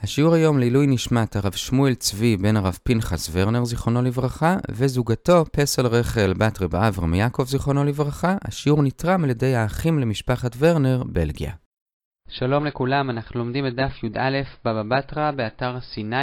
השיעור היום לעילוי נשמת הרב שמואל צבי בן הרב פנחס ורנר זיכרונו לברכה וזוגתו פסל רחל בת רב אברהם יעקב זיכרונו לברכה. השיעור נתרם על ידי האחים למשפחת ורנר, בלגיה. שלום לכולם, אנחנו לומדים את דף י"א בבא בתרא באתר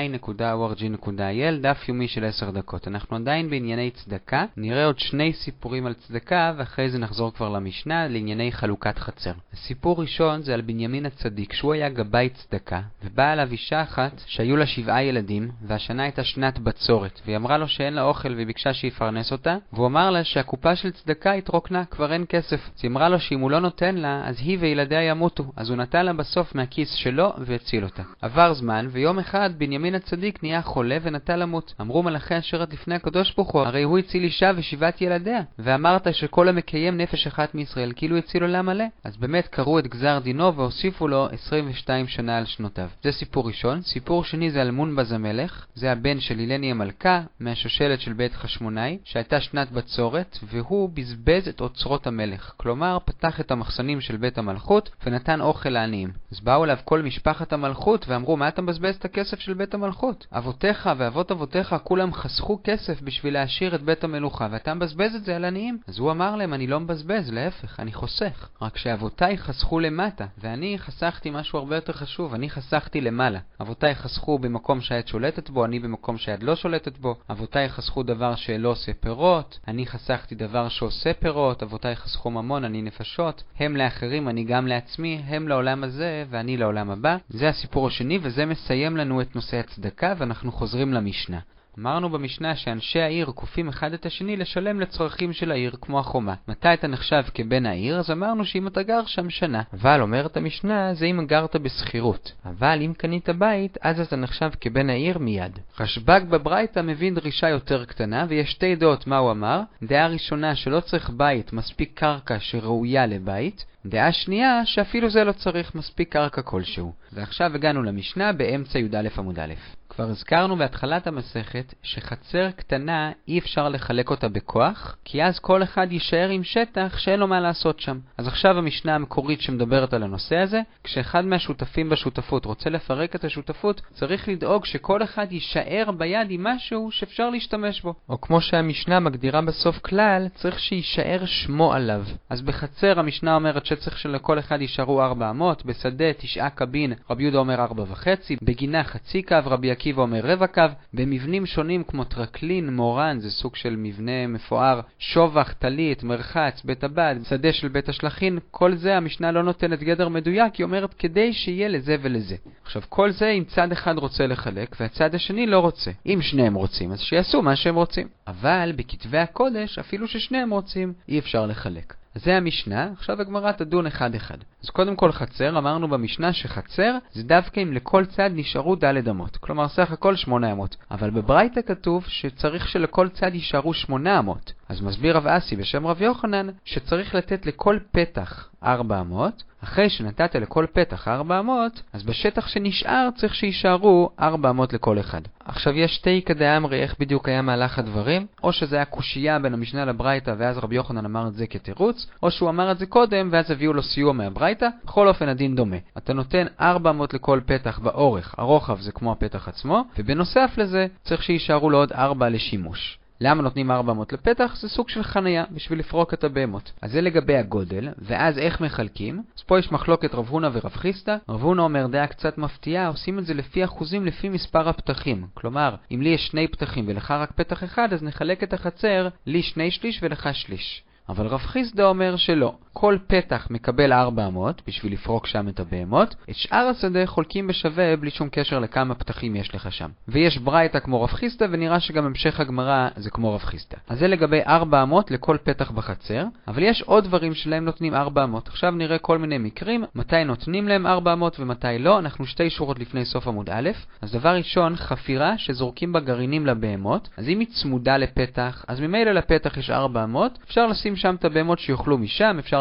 sinai.org.il, דף יומי של 10 דקות. אנחנו עדיין בענייני צדקה, נראה עוד שני סיפורים על צדקה ואחרי זה נחזור כבר למשנה לענייני חלוקת חצר. הסיפור ראשון זה על בנימין הצדיק, שהוא היה גבאי צדקה, ובאה עליו אישה אחת שהיו לה 7 ילדים, והשנה הייתה שנת בצורת, והיא אמרה לו שאין לה אוכל וביקשה שיפרנס אותה, והוא אמר לה שהקופה של צדקה התרוקנה, כבר אין כסף. אז היא אמרה לו שאם הוא לא נותן לה, אז היא וילדיה ימותו, אז הוא נתן לה בסוף מהכיס שלו והציל אותה. עבר זמן, ויום אחד בנימין הצדיק נהיה חולה ונטה למות. אמרו מלאכי השרת לפני הקדוש ברוך הוא, הרי הוא הציל אישה ו7 ילדיה, ואמרת שכל המקיים נפש אחת מישראל כאילו הציל עולם מלא. אז באמת קראו את גזר דינו והוסיפו לו 22 שנה על שנותיו. זה סיפור ראשון. סיפור שני זה על מונבז המלך, זה הבן של הילני המלכה מהשושלת של בית חשמונאי, שהייתה שנת בצורת, והוא בזבז את אוצרות המלך, כלומר פתח את המחסנים של בית המלכות ונתן אוכל לעניים. אז באו אליו כל משפחת המלכות ואמרו, מה אתה מבזבז את הכסף של בית המלכות? אבותיך ואבות אבותיך כולם חסכו כסף בשביל להשאיר את בית המלוכה, ואתה מבזבז את זה על עניים? אז הוא אמר להם, אני לא מבזבז, להפך, אני חוסך. רק שאבותיי חסכו למטה, ואני חסכתי משהו הרבה יותר חשוב, אני חסכתי למעלה. אבותיי חסכו במקום שהיד שולטת בו, אני במקום שהיד לא שולטת בו. אבותיי חסכו דבר שלא עושה פירות, אני חסכתי דבר שעושה פירות. אבותיי חסכו ממון, אני נפשות. הם לאחרים, אני גם לעצמי, הם לעולם הזה ואני לעולם הבא. זה הסיפור השני, וזה מסיים לנו את נושא הצדקה, ואנחנו חוזרים למשנה. אמרנו במשנה שאנשי העיר כופים אחד את השני לשלם לצרכים של העיר כמו החומה. מתי אתה נחשב כבן העיר? אז אמרנו שאם אתה גר שם שנה. אבל אומרת המשנה, זה אם גרת בסחירות. אבל אם קנית בית, אז אתה נחשב כבן העיר מיד. רשב"ג בברייתא מבין דרישה יותר קטנה, ויש 2 דעות מה הוא אמר. דעה ראשונה שלא צריך בית, מספיק קרקע שראויה לבית. דעה שנייה שאפילו זה לא צריך, מספיק קרקע כלשהו. ועכשיו הגענו למשנה באמצע י"א עמוד א'. כבר הזכרנו בהתחלת המסכת שחצר קטנה אי אפשר לחלק אותה בכוח, כי אז כל אחד יישאר עם שטח שאין לו מה לעשות שם. אז עכשיו המשנה המקורית שמדברת על הנושא הזה, כשאחד מהשותפים בשותפות רוצה לפרק את השותפות, צריך לדאוג שכל אחד יישאר ביד עם משהו שאפשר להשתמש בו. או כמו שהמשנה מגדירה בסוף כלל, צריך שיישאר שמו עליו. אז בחצר המשנה אומרת שצריך שלכל אחד יישארו 400, בשדה 9 קבין, רבי יהודה אומר 4.5, בגינה חצי קו, רבי עקיבא אומר רבע קו, במבנים שונים כמו טרקלין, מורן, זה סוג של מבנה מפואר, שובח, טלית, מרחץ, בית הבד, שדה של בית השלחין, כל זה המשנה לא נותנת גדר מדויק, היא אומרת כדי שיהיה לזה ולזה. עכשיו כל זה אם צד אחד רוצה לחלק והצד השני לא רוצה. אם שניהם רוצים אז שיעשו מה שהם רוצים. אבל בכתבי הקודש אפילו ששניהם רוצים אי אפשר לחלק. אז זה המשנה, עכשיו הגמרא תדון אחד אחד. אז קודם כל חצר, אמרנו במשנה שחצר זה דווקא אם לכל צד נשארו ד' אמות, כלומר סך הכל 8 אמות. אבל בברייתא כתוב שצריך שלכל צד יישארו 8 אמות. אז מסביר רב אסי בשם רב יוחנן שצריך לתת לכל פתח 400, אחרי שנתת לכל פתח 400, אז בשטח שנשאר צריך שישארו 400 לכל אחד. עכשיו יש 2 כדי אמרי איך בדיוק היה מהלך הדברים, או שזה היה קושייה בין המשנה לברייתא ואז רבי יוחנן אמר את זה כתירוץ, או שהוא אמר את זה קודם ואז הביאו לו סיוע מהברייתא. בכל אופן הדין דומה. אתה נותן 400 לכל פתח באורך, הרוחב זה כמו הפתח עצמו, ובנוסף לזה צריך שישארו לו עוד 4 לשימוש. למה נותנים 400 לפתח? זה סוג של חניה בשביל לפרוק את הבהמות. אז זה לגבי הגודל, ואז איך מחלקים? אז פה יש מחלוקת רב הונא ורב חיסדא. רב הונא אומר דעה קצת מפתיעה, עושים את זה לפי אחוזים לפי מספר הפתחים. כלומר, אם לי יש 2 פתחים ולך רק פתח אחד, אז נחלק את החצר לי 2/3 ולך שליש. אבל רב חיסדא אומר שלא. כל פתח מקבל 400 בשביל לפרוק שם את הבהמות, את שאר השדה חולקים בשווה בלי שום קשר לכמה פתחים יש לך שם. ויש ברייתא כמו רב חיסדא, ונראה שגם המשך הגמרא זה כמו רב חיסדא. אז זה לגבי 400 לכל פתח בחצר, אבל יש עוד דברים שלהם נותנים 400. עכשיו נראה כל מיני מקרים, מתי נותנים להם 400 ומתי לא. אנחנו 2 שורות לפני סוף עמוד א'. אז דבר ראשון, חפירה שזורקים בה גרעינים לבהמות. אז אם היא צמודה לפתח, אז ממילא לפתח יש 400, אפשר לשים שם את הבהמות שיוכלו משם, אפשר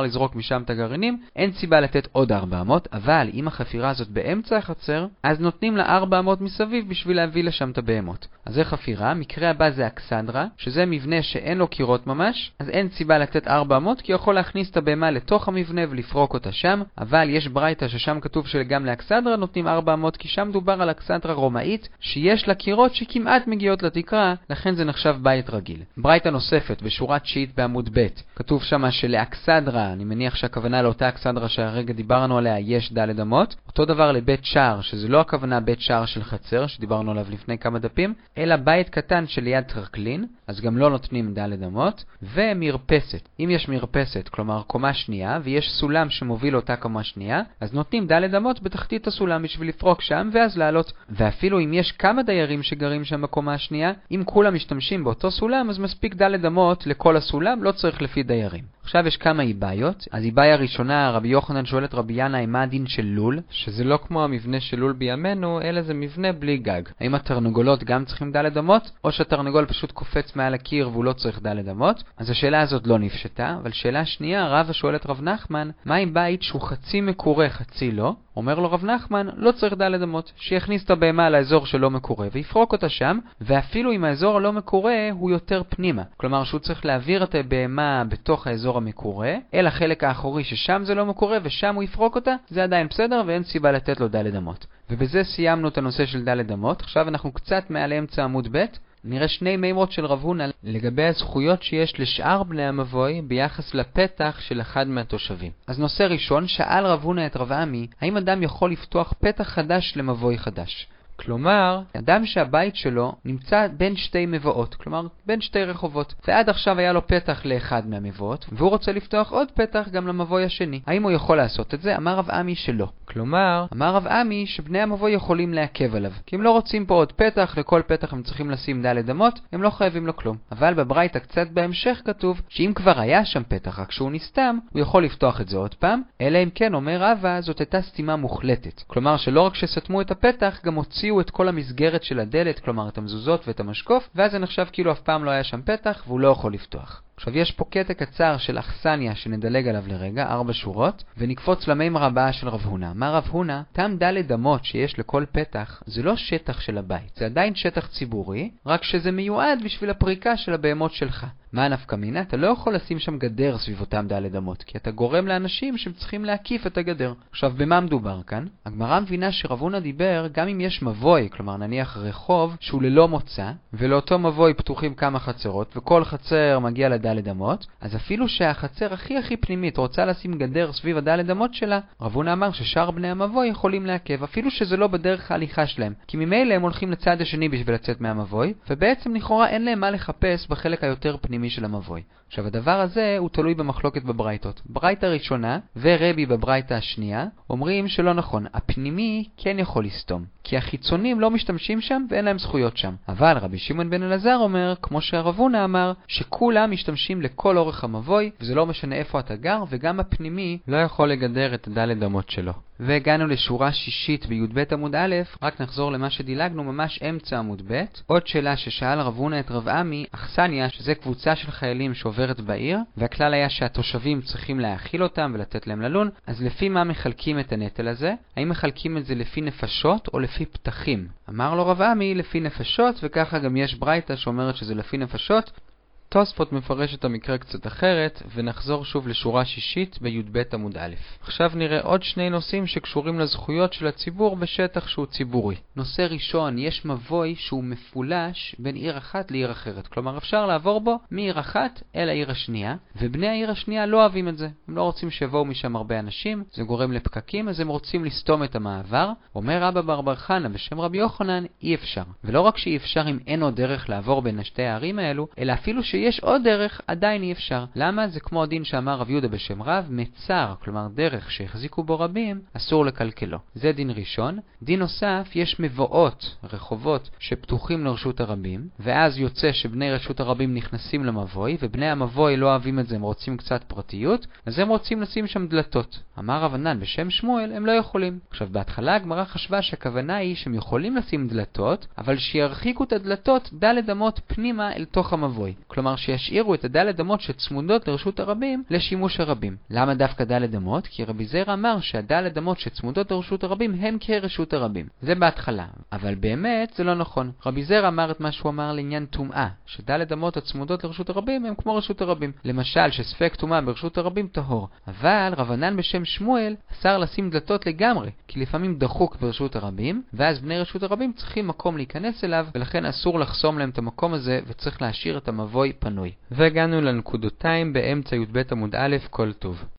לזרוק משם את הגרעינים, אין סיבה לתת עוד 400, אבל אם החפירה הזאת באמצע החצר, אז נותנים לה 400 מסביב בשביל להביא לשם את הבהמות. אז זה חפירה, מקרה הבא זה אקסנדרה, שזה מבנה שאין לו קירות ממש, אז אין סיבה לתת 400, כי יכול להכניס את הבהמה לתוך המבנה ולפרוק אותה שם, אבל יש ברייתא ששם כתוב שגם לאקסנדרה נותנים 400, כי שם דובר על אקסנדרה רומאית, שיש לה קירות שכמעט מגיעות לתקרה, לכן זה נחשב בית רגיל. ברייתא נוספת, בשורה 9 בעמוד ב', כתוב שם שלאקסנדרה, אני מניח שהכוונה לאותה אקסנדרה שהרגע דיברנו עליה, יש ד' אמות. אותו דבר לבית שער, שזה לא הכוונה בית שער של חצר, שדיברנו עליו לפני כמה דפים, אלא בית קטן שליד טרקלין, אז גם לא נותנים ד' אמות, ומרפסת. אם יש מרפסת, כלומר קומה שנייה, ויש סולם שמוביל אותה קומה שנייה, אז נותנים ד' אמות בתחתית הסולם בשביל לפרוק שם ואז לעלות. ואפילו אם יש כמה דיירים שגרים שם בקומה השנייה, אם כולם משתמשים באותו סולם, אז מספיק ד' אמות לכל הסולם, לא צריך לפי דיירים. עכשיו יש כמה איבאיות. אז איבאיה הראשונה, רבי יוחנן שואל את רבי ינאי מה הדין של לול, שזה לא כמו המבנה של לול בימינו, אלא זה מבנה בלי גג. האם התרנגולות גם צריכים ד' אמות, או שהתרנגול פשוט קופץ מעל הקיר והוא לא צריך ד' אמות? אז השאלה הזאת לא נפשטה, אבל שאלה שנייה, רבא שואל את רב נחמן, מה עם בית שהוא חצי מקורה חצי לא? אומר לו רב נחמן, לא צריך ד' אמות, שיכניס את הבהמה לאזור שלא מקורה ויפרוק אותה שם, ואפילו אם האזור הלא מקורה הוא יותר פנימה. כלומר שהוא צריך להעביר את הבהמה בתוך האזור המקורה, אל החלק האחורי ששם זה לא מקורה ושם הוא יפרוק אותה, זה עדיין בסדר ואין סיבה לתת לו ד' אמות. ובזה סיימנו את הנושא של ד' אמות. עכשיו אנחנו קצת מעל אמצע עמוד ב', נראה שני מימרות של רב הונא לגבי הזכויות שיש לשאר בני המבוי ביחס לפתח של אחד מהתושבים. אז נושא ראשון, שאל רב הונא את רב עמי, האם אדם יכול לפתוח פתח חדש למבוי חדש? כלומר, אדם שהבית שלו נמצא בין שתי מבואות, כלומר בין שתי רחובות, ועד עכשיו היה לו פתח לאחד מהמבואות, והוא רוצה לפתוח עוד פתח גם למבוי השני. האם הוא יכול לעשות את זה? אמר רב עמי שלא. כלומר, אמר רב עמי שבני המבוי יכולים לעכב עליו, כי הם לא רוצים פה עוד פתח, לכל פתח הם צריכים לשים ד' אמות, הם לא חייבים לו כלום. אבל בברייתא קצת בהמשך כתוב שאם כבר היה שם פתח רק שהוא נסתם, הוא יכול לפתוח את זה עוד פעם, אלא אם כן אומר רבא זאת הייתה סתימה מוחלטת. כלומר שלא רק שסתמו את הפתח, גם הוציאו את כל המסגרת של הדלת, כלומר את המזוזות ואת המשקוף, ואז זה נחשב כאילו אף פעם לא היה שם פתח והוא לא יכול לפתוח. עכשיו יש פה קטע קצר של אכסניה שנדלג עליו לרגע, 4 שורות, ונקפוץ למימרה הבאה של רב הונא. אמר רב הונא, תם ד' אמות שיש לכל פתח, זה לא שטח של הבית, זה עדיין שטח ציבורי, רק שזה מיועד בשביל הפריקה של הבהמות שלך. מה נפקא מינה? אתה לא יכול לשים שם גדר סביב אותם ד' אמות, כי אתה גורם לאנשים שהם צריכים להקיף את הגדר. עכשיו, במה מדובר כאן? הגמרא מבינה שרב הונא דיבר גם אם יש מבוי, כלומר נניח רחוב שהוא ללא מוצא, ולאותו מבוי פתוחים כמה חצרות, וכל חצר מגיע לד' אמות, אז אפילו שהחצר הכי פנימית רוצה לשים גדר סביב הד' אמות שלה, רב הונא אמר ששאר בני המבוי יכולים לעכב, אפילו שזה לא בדרך ההליכה שלהם, כי ממילא הם הולכים לצד השני בשביל לצאת מהמבוי, ובעצם לכאורה אין להם מה לחפש בחלק היותר פנימי של המבוי. עכשיו הדבר הזה הוא תלוי במחלוקת בברייתות. ברייתא הראשונה ורבי בברייתא השנייה אומרים שלא נכון, הפנימי כן יכול לסתום, כי החיצונים לא משתמשים שם ואין להם זכויות שם. אבל רבי שמעון בן אלעזר אומר, כמו שהרב הונא אמר, שכולם משתמשים לכל אורך המבוי, וזה לא משנה איפה אתה גר, וגם הפנימי לא יכול לגדר את ד' אמות שלו. והגענו לשורה שישית בי"ב עמוד א', רק נחזור למה שדילגנו ממש אמצע עמוד ב'. עוד שאלה ששאל רב הונא את רב עמי, אכסניה, שזה קבוצה של חיילים שעוברת בעיר, והכלל היה שהתושבים צריכים להאכיל אותם ולתת להם ללון, אז לפי מה מחלקים את הנטל הזה? האם מחלקים את זה לפי נפשות או לפי פתחים? אמר לו רב עמי לפי נפשות, וככה גם יש ברייתא שאומרת שזה לפי נפשות. תוספות מפרש את המקרה קצת אחרת, ונחזור שוב לשורה שישית בי"ב עמוד א'. עכשיו נראה עוד שני נושאים שקשורים לזכויות של הציבור בשטח שהוא ציבורי. נושא ראשון, יש מבוי שהוא מפולש בין עיר אחת לעיר אחרת. כלומר אפשר לעבור בו מעיר אחת אל העיר השנייה, ובני העיר השנייה לא אוהבים את זה. הם לא רוצים שיבואו משם הרבה אנשים, זה גורם לפקקים, אז הם רוצים לסתום את המעבר. אומר רבא בר חנא בשם רבי יוחנן, אי אפשר. ולא רק שאי אפשר אם אין עוד דרך לעבור בין שתי הערים האלו, אלא אפילו שיש עוד דרך, עדיין אי אפשר. למה? זה כמו הדין שאמר רב יהודה בשם רב, מצר, כלומר דרך שהחזיקו בו רבים, אסור לקלקלו. זה דין ראשון. דין נוסף, יש מבואות, רחובות, שפתוחים לרשות הרבים, ואז יוצא שבני רשות הרבים נכנסים למבוי, ובני המבוי לא אוהבים את זה, הם רוצים קצת פרטיות, אז הם רוצים לשים שם דלתות. אמר רב ענן בשם שמואל, הם לא יכולים. עכשיו, בהתחלה הגמרא חשבה שהכוונה היא שהם יכולים לשים דלתות, אבל שירחיקו את הדלתות ד' אמות פנימה אל תוך המבוי. כלומר, כלומר שישאירו את הדלת אמות שצמודות לרשות הרבים לשימוש הרבים. למה דווקא דלת אמות? כי רבי זירא אמר שהדלת אמות שצמודות לרשות הרבים הם כרשות הרבים. זה בהתחלה, אבל באמת זה לא נכון. רבי זירא אמר את מה שהוא אמר לעניין טומאה, שדלת אמות הצמודות לרשות הרבים הם כמו רשות הרבים. למשל שספק טומאה ברשות הרבים טהור, אבל רבנן בשם שמואל אסר לשים דלתות לגמרי, כי לפעמים דחוק ברשות הרבים, ואז בני רשות הרבים צריכים מקום להיכנס אליו, ולכן אסור לחסום להם את המקום הזה וצריך להשאיר את המבוי פנוי. והגענו לנקודותיים באמצע י"ב עמוד א', כל טוב.